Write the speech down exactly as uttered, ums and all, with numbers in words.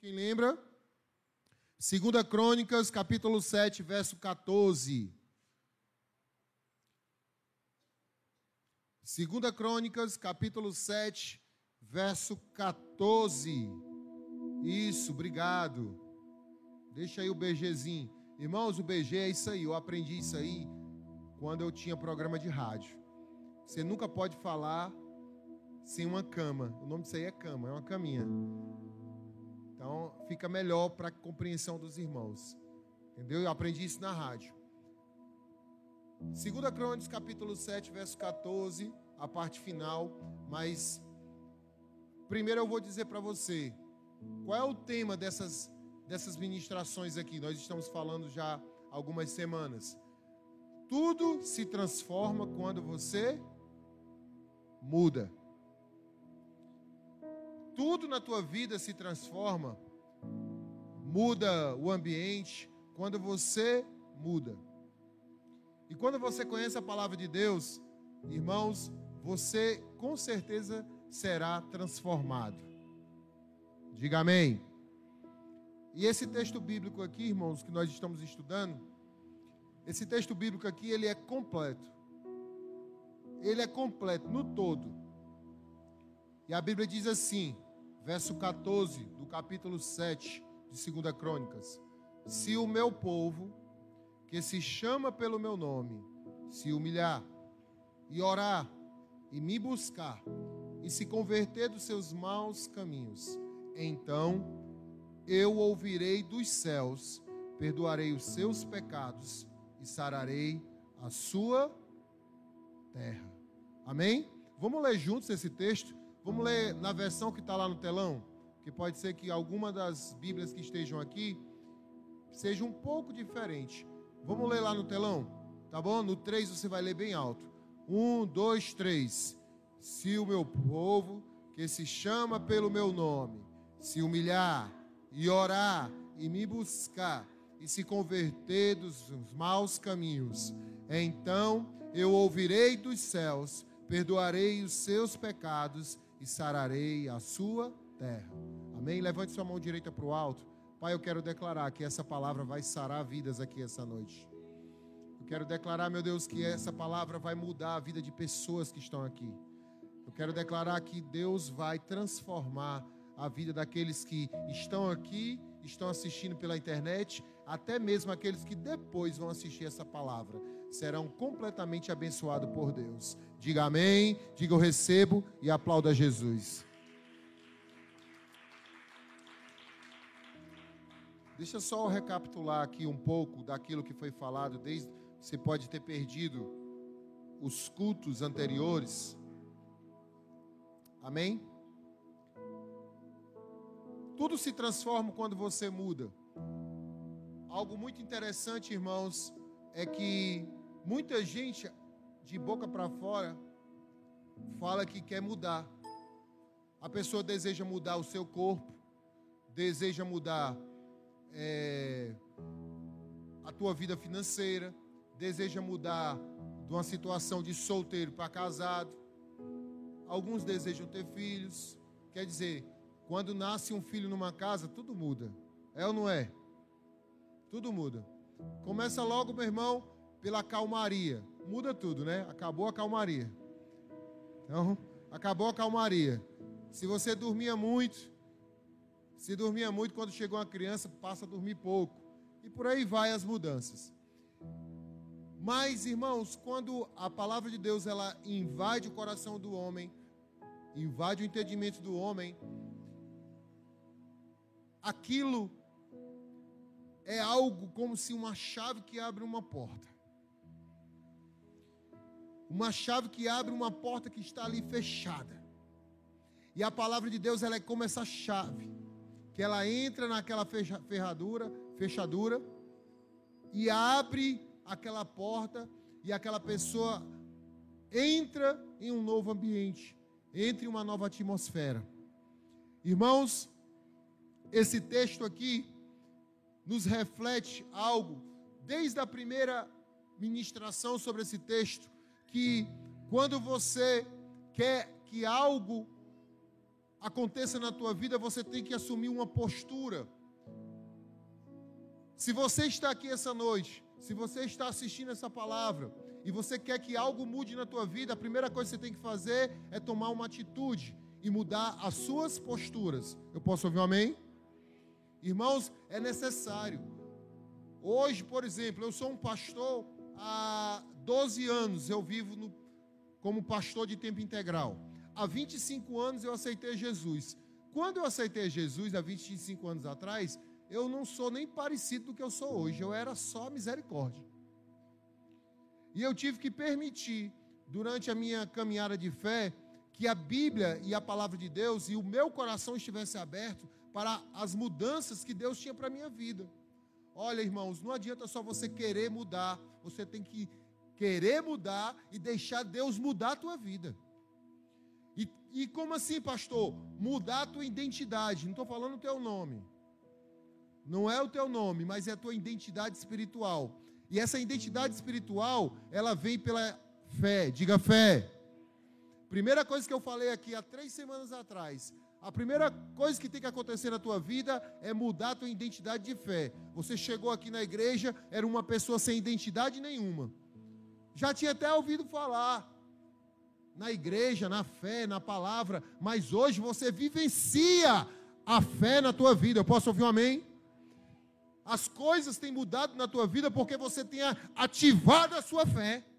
Quem lembra? Segunda Crônicas, capítulo sete, verso quatorze. Segunda Crônicas, capítulo sete, verso quatorze. Isso, obrigado. Deixa aí o BGzinho. Irmãos, o B G é isso aí. Eu aprendi isso aí quando eu tinha programa de rádio. Você nunca pode falar sem uma cama. O nome disso aí é cama, é uma caminha. Então, fica melhor para a compreensão dos irmãos. Entendeu? Eu aprendi isso na rádio. Segunda Crônicas, capítulo sete, verso quatorze, a parte final. Mas, primeiro eu vou dizer para você, qual é o tema dessas, dessas ministrações aqui? Nós estamos falando já há algumas semanas. Tudo se transforma quando você muda. Tudo na tua vida se transforma, muda o ambiente, quando você muda. E quando você conhece a palavra de Deus, irmãos, você com certeza será transformado. Diga amém. E esse texto bíblico aqui, irmãos, que nós estamos estudando, esse texto bíblico aqui, ele é completo. Ele é completo no todo. E a Bíblia diz assim, verso quatorze do capítulo sete de Segunda Crônicas: se o meu povo, que se chama pelo meu nome, se humilhar e orar e me buscar e se converter dos seus maus caminhos, então eu ouvirei dos céus, perdoarei os seus pecados e sararei a sua terra. Amém? Vamos ler juntos esse texto? Vamos ler na versão que está lá no telão, que pode ser que alguma das Bíblias que estejam aqui seja um pouco diferente. Vamos ler lá no telão, tá bom? No três você vai ler bem alto. Um, dois, três. Se o meu povo, que se chama pelo meu nome, se humilhar e orar e me buscar e se converter dos maus caminhos, então eu ouvirei dos céus, perdoarei os seus pecados e sararei a sua terra. Amém? Levante sua mão direita para o alto. Pai, eu quero declarar que essa palavra vai sarar vidas aqui essa noite. Eu quero declarar, meu Deus, que essa palavra vai mudar a vida de pessoas que estão aqui. Eu quero declarar que Deus vai transformar a vida daqueles que estão aqui, estão assistindo pela internet, até mesmo aqueles que depois vão assistir essa palavra. Serão completamente abençoados por Deus. Diga amém, diga eu recebo e aplauda Jesus. Deixa só eu recapitular aqui um pouco daquilo que foi falado. Desde, você pode ter perdido os cultos anteriores. Amém? Tudo se transforma quando você muda. Algo muito interessante, irmãos, é que muita gente, de boca para fora, fala que quer mudar. A pessoa deseja mudar o seu corpo, deseja mudar é, a tua vida financeira, deseja mudar de uma situação de solteiro para casado. Alguns desejam ter filhos. Quer dizer, quando nasce um filho numa casa, tudo muda. É ou não é? Tudo muda. Começa logo, meu irmão, pela calmaria. Muda tudo, né? Acabou a calmaria. Então, acabou a calmaria. Se você dormia muito, se dormia muito, quando chegou uma criança, passa a dormir pouco. E por aí vai as mudanças. Mas, irmãos, quando a palavra de Deus ela invade o coração do homem, invade o entendimento do homem, aquilo é algo como se uma chave que abre uma porta. Uma chave que abre uma porta que está ali fechada. E a palavra de Deus ela é como essa chave, que ela entra naquela fecha, ferradura, fechadura e abre aquela porta e aquela pessoa entra em um novo ambiente, entra em uma nova atmosfera. Irmãos, esse texto aqui nos reflete algo, desde a primeira ministração sobre esse texto, que quando você quer que algo aconteça na tua vida, você tem que assumir uma postura. Se você está aqui essa noite, se você está assistindo essa palavra, e você quer que algo mude na tua vida, a primeira coisa que você tem que fazer é tomar uma atitude e mudar as suas posturas. Eu posso ouvir um amém? Irmãos, é necessário. Hoje, por exemplo, eu sou um pastor há doze anos, eu vivo no, como pastor de tempo integral. Há vinte e cinco anos eu aceitei Jesus. Quando eu aceitei Jesus, há vinte e cinco anos atrás, eu não sou nem parecido do que eu sou hoje, eu era só misericórdia. E eu tive que permitir, durante a minha caminhada de fé, que a Bíblia e a palavra de Deus e o meu coração estivesse aberto para as mudanças que Deus tinha para a minha vida. Olha, irmãos, não adianta só você querer mudar, você tem que querer mudar e deixar Deus mudar a tua vida. E, e como assim, pastor? Mudar a tua identidade, não estou falando o teu nome. Não é o teu nome, mas é a tua identidade espiritual. E essa identidade espiritual, ela vem pela fé. Diga fé. Primeira coisa que eu falei aqui há três semanas atrás. A primeira coisa que tem que acontecer na tua vida é mudar a tua identidade de fé. Você chegou aqui na igreja, era uma pessoa sem identidade nenhuma. Já tinha até ouvido falar na igreja, na fé, na palavra. Mas hoje você vivencia a fé na tua vida. Eu posso ouvir um amém? As coisas têm mudado na tua vida porque você tem ativado a sua fé.